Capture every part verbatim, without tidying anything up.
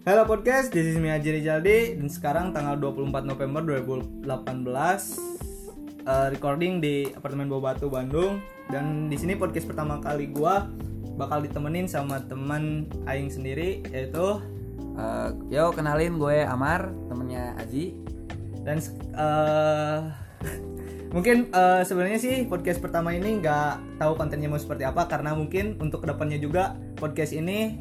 Halo podcast, this is me Haji Rijaldi. Dan sekarang tanggal dua puluh empat November dua ribu delapan belas, uh, recording di apartemen Bawah Batu, Bandung. Dan di sini podcast pertama kali gua bakal ditemenin sama teman aing sendiri, yaitu uh, Yo, kenalin gue Amar, temennya Aji. Dan uh, mungkin uh, sebenarnya sih podcast pertama ini nggak tahu kontennya mau seperti apa, karena mungkin untuk kedepannya juga podcast ini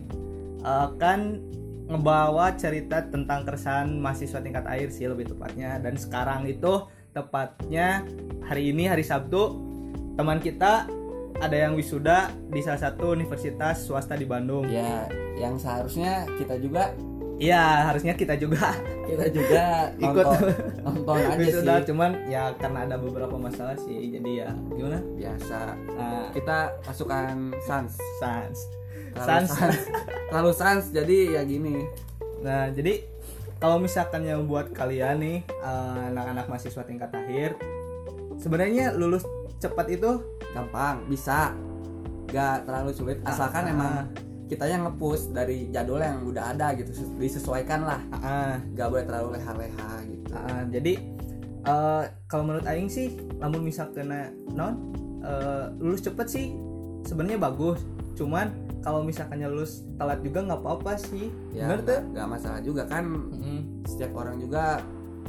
akan ngebawa cerita tentang keresahan mahasiswa tingkat akhir sih lebih tepatnya. Dan sekarang itu tepatnya hari ini hari Sabtu, teman kita ada yang wisuda di salah satu universitas swasta di Bandung. Ya, yang seharusnya kita juga Iya, harusnya kita juga kita juga ikut nonton, nonton aja wisuda, sih. cuman ya karena ada beberapa masalah sih, jadi ya gimana? Biasa. Nah, Kita pasukan Sans. sans. Terlalu Sans. sans. Terlalu sans, jadi ya gini. Nah, jadi kalau misalkan yang buat kalian nih uh, anak-anak mahasiswa tingkat akhir, sebenarnya lulus cepat itu Gampang, bisa. Gak terlalu sulit, asalkan Ah. emang kita yang nge-push dari jadwal yang udah ada gitu, disesuaikan lah. uh, Gak boleh terlalu leha-leha gitu. uh, jadi uh, kalau menurut aing sih lamun misalkan non uh, lulus cepet sih sebenarnya bagus, cuman kalau misalkannya lulus telat juga nggak apa-apa sih. Ya, Bener tuh? gak, gak masalah juga kan. Mm-hmm. Setiap orang juga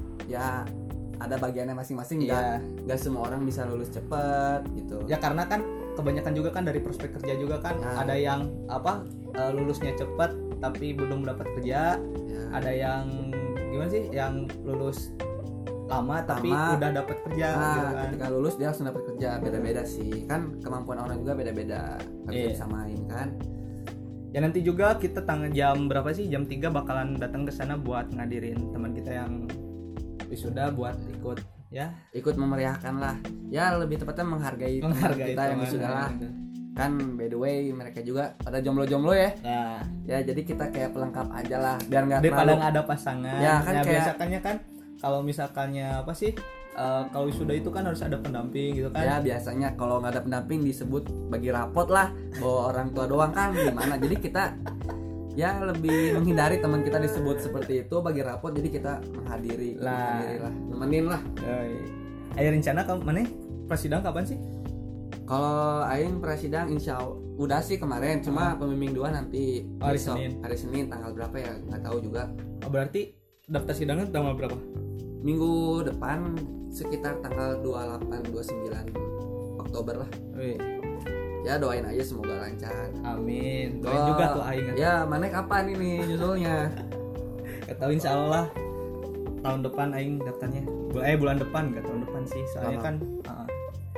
ya ada bagiannya masing-masing. Iya. Gak, gak semua orang bisa lulus cepet gitu. Ya karena kan kebanyakan juga kan dari prospek kerja juga kan, Nah. ada yang apa uh, lulusnya cepat tapi belum dapat kerja. Ya. Ada yang gimana sih, yang lulus lama tapi Lama. udah dapat kerja Nah, gitu kan. ketika lulus dia langsung dapat kerja. Beda-beda sih. Kan kemampuan orang juga beda-beda. Gak bisa Iya. disamain kan. Ya nanti juga kita tanggal jam berapa sih? Jam tiga bakalan datang ke sana buat ngadirin teman kita yang wisuda buat ikut ya. Ikut memeriahkan lah. Ya lebih tepatnya menghargai, teman Menghargai kita yang teman wisuda lah. gitu. Kan by the way mereka juga pada jomblo-jomblo ya. Nah, Ya jadi kita kayak pelengkap aja lah. Biar gak daripada terlalu nggak ada pasangan. Ya, kan kayak- biasanya kan kalau misalkannya apa sih? Uh, kalau wisuda itu kan harus ada pendamping gitu kan. Ya biasanya kalau nggak ada pendamping disebut bagi rapot lah, bawa orang tua doang kan gimana. Jadi kita ya lebih menghindari teman kita disebut seperti itu bagi rapot. Jadi kita menghadiri Lah. menghadiri lah, nemenin lah. Yoi. Ayo rencana kamu mana? Prasidang kapan sih? Kalau aing prasidang insya Allah udah sih kemarin, cuma pembimbing dua nanti Oh, hari besok. Senin. Hari Senin tanggal berapa ya nggak tahu juga. Oh, berarti daftar sidangnya tanggal berapa? Minggu depan sekitar tanggal dua puluh delapan dua puluh sembilan Oktober lah. Wih, Ya doain aja semoga lancar. amin. Doain Oh, juga tuh aing. Ya mana kapan ini nyusulnya? Gak tahu, insya Allah tahun depan aing daftarnya. Bul- Eh bulan depan, gak tahun depan sih. Soalnya Lama. kan uh,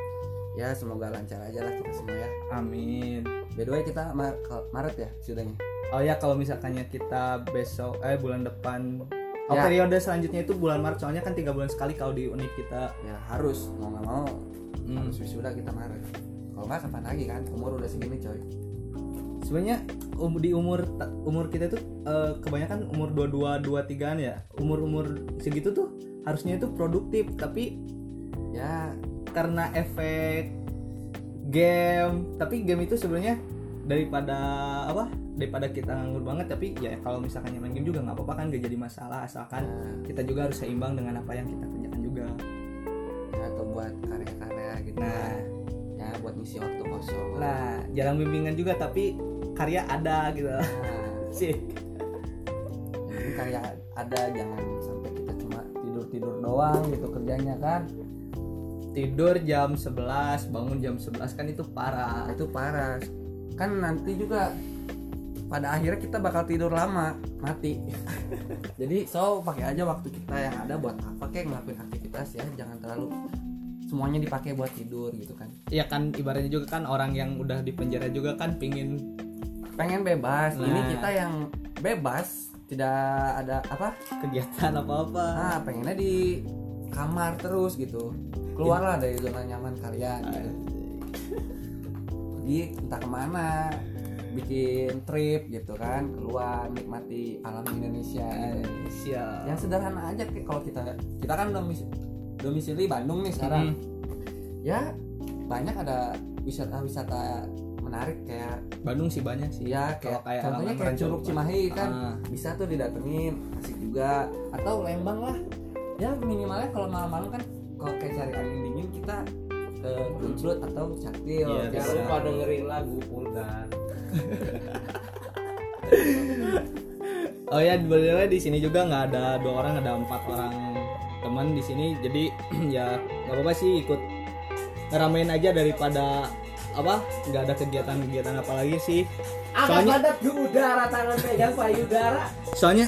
Ya semoga lancar aja lah kita semua ya. amin. By the way kita Mar- Maret ya sudahnya. Oh ya, kalau misalkannya kita besok eh bulan depan, oh Ya. periode selanjutnya itu bulan Maret, soalnya kan tiga bulan sekali kalau di univ kita. Ya harus mau nggak mau Hmm. harus wisuda kita Maret. Kalau nggak kapan lagi kan, umur udah segini coy. Sebenarnya um, di umur ta- umur kita tuh eh, kebanyakan umur dua puluh dua dua puluh tigaan ya. Umur-umur segitu tuh harusnya itu produktif, tapi Ya karena efek game, tapi game itu sebenarnya daripada apa? Daripada kita nganggur banget, tapi ya kalau misalkan main game juga nggak apa-apa kan, gak jadi masalah, asalkan Nah, kita juga harus seimbang dengan apa yang kita kerjakan juga. ya atau buat karya-karya gitu. Nah, Ya buat ngisi waktu kosong. nah jarang bimbingan juga tapi karya ada gitu. Nah, Sih. jadi karya ada, jangan sampai kita cuma tidur-tidur doang gitu kerjanya kan. Tidur jam sebelas, bangun jam sebelas kan itu parah. Nah, itu parah. Kan nanti juga pada akhirnya kita bakal tidur lama, mati. Jadi so pakai aja waktu kita yang ada buat apa kayak ngelakuin aktivitas ya, jangan terlalu semuanya dipakai buat tidur gitu kan. Ya kan ibaratnya juga kan orang yang udah di penjara juga kan pingin Pengen bebas. Nah. Ini kita yang bebas, tidak ada apa? kegiatan apa-apa. Nah, pengennya di kamar terus gitu. Keluarlah dari zona nyaman kalian gitu. Pergi entah kemana, bikin trip gitu kan, keluar nikmati alam Indonesia gitu. Siap. Yang sederhana aja kayak kalau kita kita kan domis, domisili Bandung nih sekarang. Hmm. Ya banyak ada wisata-wisata menarik kayak Bandung sih banyak sih. ya kayak, Kalau kayak contohnya Alam kayak Ranca Curug Lupa. Cimahi kan Ah. bisa tuh didatengin, asik juga. Atau Lembang lah, ya minimalnya kalau malam-malam kan kalau kayak cari angin dingin kita ke Kunclut atau Caktil. Iya, Bisa. Jangan lupa dengerin lagu Puldan. Oh ya, sebenarnya di sini juga nggak ada dua orang, ada empat orang teman di sini. Jadi ya nggak apa-apa sih ikut ngeramein aja daripada apa nggak ada kegiatan-kegiatan apa lagi sih. Angkat Soalnya- badan ke udara, tangan pegang payudara. Soalnya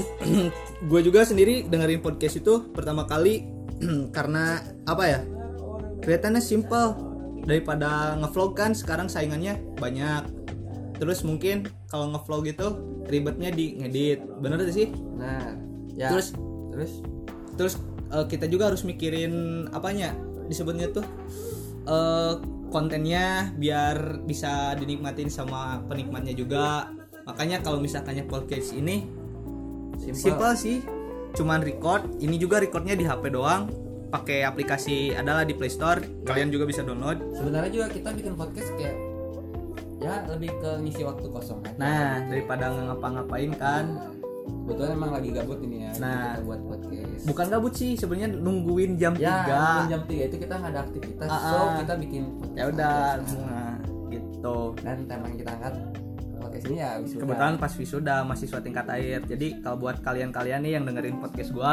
gue juga sendiri dengerin podcast itu pertama kali karena apa ya? Kelihatannya simple daripada ngevlog kan sekarang saingannya banyak. Terus mungkin kalau ngevlog itu ribetnya di ngedit, bener gak sih? Nah, ya. Terus terus terus eh, kita juga harus mikirin apanya disebutnya tuh eh, kontennya biar bisa dinikmatin sama penikmatnya juga. Makanya kalau misalkannya podcast ini simple. simple sih, cuman record. Ini juga recordnya di H P doang, pakai aplikasi adalah di Play Store. Kalian juga bisa download. Sebenarnya juga kita bikin podcast kayak ya lebih ke ngisi waktu kosong aja. Nah, daripada nggak ngapa-ngapain kan. Kebetulan emang lagi gabut ini ya, jadi Nah. kita buat podcast. Bukan gabut sih, sebenarnya nungguin jam Ya, tiga. nungguin jam tiga itu kita nggak ada aktivitas, Ah, so ah. kita bikin podcast Ya udah, aja. nah, gitu. Dan tema yang kita angkat podcast ini ya wisuda. Kebetulan pas wisuda mahasiswa tingkat akhir. Jadi kalau buat kalian-kalian nih yang dengerin podcast gua,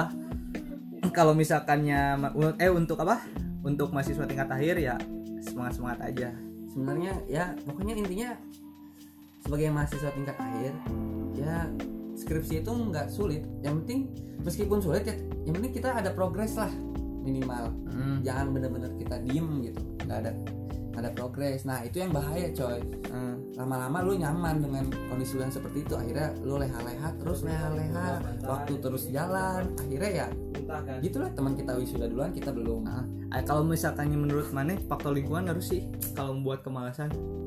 kalau misalkannya eh untuk apa? Untuk mahasiswa tingkat akhir ya semangat-semangat aja. Sebenarnya ya pokoknya intinya sebagai mahasiswa tingkat akhir ya skripsi itu nggak sulit. Yang penting meskipun sulit ya, yang penting kita ada progres lah minimal. Hmm. Jangan bener-bener kita diem gitu, nggak ada nggak ada progres. Nah itu yang bahaya coy. Hmm. Lama-lama lu nyaman dengan kondisi lu yang seperti itu, akhirnya lu leha-leha terus leha-leha, waktu terus jalan, akhirnya ya Entah kan. gitulah. Teman kita wisuda duluan, kita belum. Nah, eh, kalau misalkannya menurut mana faktor lingkungan harus sih kalau membuat kemalasan.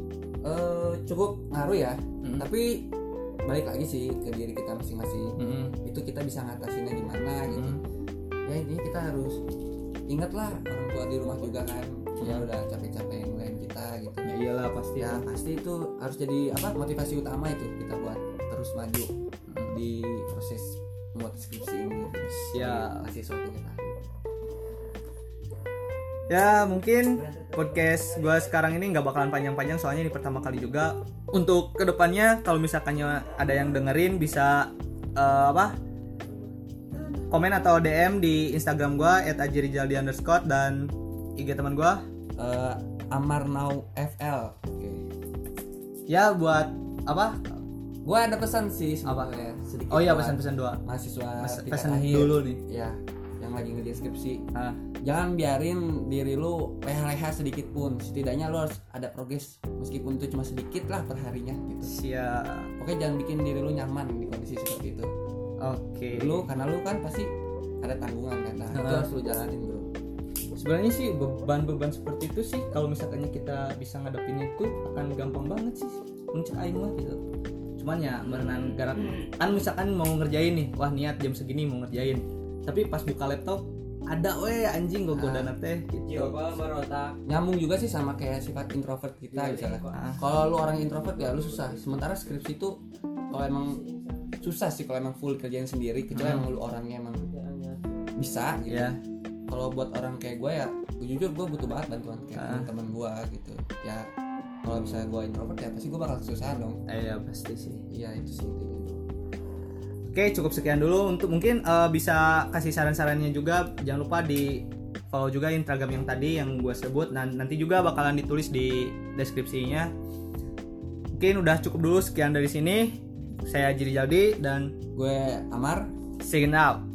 Eh, cukup ngaruh ya, Hmm. tapi balik lagi sih ke diri kita masing-masing. Mm-mm. Itu kita bisa ngatasinnya gimana gitu. Mm. Ya intinya kita harus ingat lah orang tua di rumah juga kan, ya Hmm. udah capek-capek ngelain kita gitu. Ya iyalah pasti. Ya pasti itu harus jadi apa motivasi utama itu kita buat terus maju Hmm. di proses membuat skripsi ini. Siap. Masih suatu kita. Ya mungkin podcast gue sekarang ini nggak bakalan panjang-panjang soalnya ini pertama kali juga. Untuk kedepannya kalau misalkannya ada yang dengerin bisa eh, apa komen atau D M di Instagram gue et ajirijaldi underscore dan I G teman gue. Eh, Amarnau F L. Oke. Ya buat apa? Gua ada pesan sih sebenarnya sedikit. Oh iya buat pesan-pesan dua. mahasiswa Mas- tingkat pesan akhir. dulu nih. Ya, yang lagi ngerjain skripsi. Ah, Jangan biarin diri lu leha-leha sedikit pun. Setidaknya lu harus ada progres meskipun itu cuma sedikit lah perharinya gitu. siap. Oke, jangan bikin diri lu nyaman di kondisi seperti itu. Oke. Lu karena lu kan pasti ada tanggungan kan. Nah, itu Ah. harus lu jalanin, Bro. Sebenarnya sih beban-beban seperti itu sih kalau misalkannya kita bisa ngadepinnya itu akan gampang banget sih mencek aing mah gitu. Cuman ya merenan garak kan misalkan mau ngerjain nih, wah niat jam segini mau ngerjain. Tapi pas buka laptop ada weh anjing gue godana teh gitu. Coba merotak. Nyambung juga sih sama kayak sifat introvert kita misalnya. Ah. Kalau lu orang introvert ya lu susah. Sementara skripsi itu kalau emang susah sih kalau emang full kerjain sendiri, kecuali Hmm. emang lu orangnya emang bisa gitu. Ya. Kalau buat orang kayak gue ya, gue jujur gue butuh banget bantuan kayak Ah. teman-teman gue gitu. Ya kalau misalnya gue introvert ya pasti gue bakal kesusahan dong. Eh ya pasti sih. Iya itu sih intinya. Oke, cukup sekian dulu untuk mungkin eh, bisa kasih saran-sarannya juga. Jangan lupa di follow juga Instagram yang tadi yang gue sebut dan nanti juga bakalan ditulis di deskripsinya. Mungkin udah cukup dulu sekian dari sini. Saya Jiri Jaldi dan Gue Amar. sign out.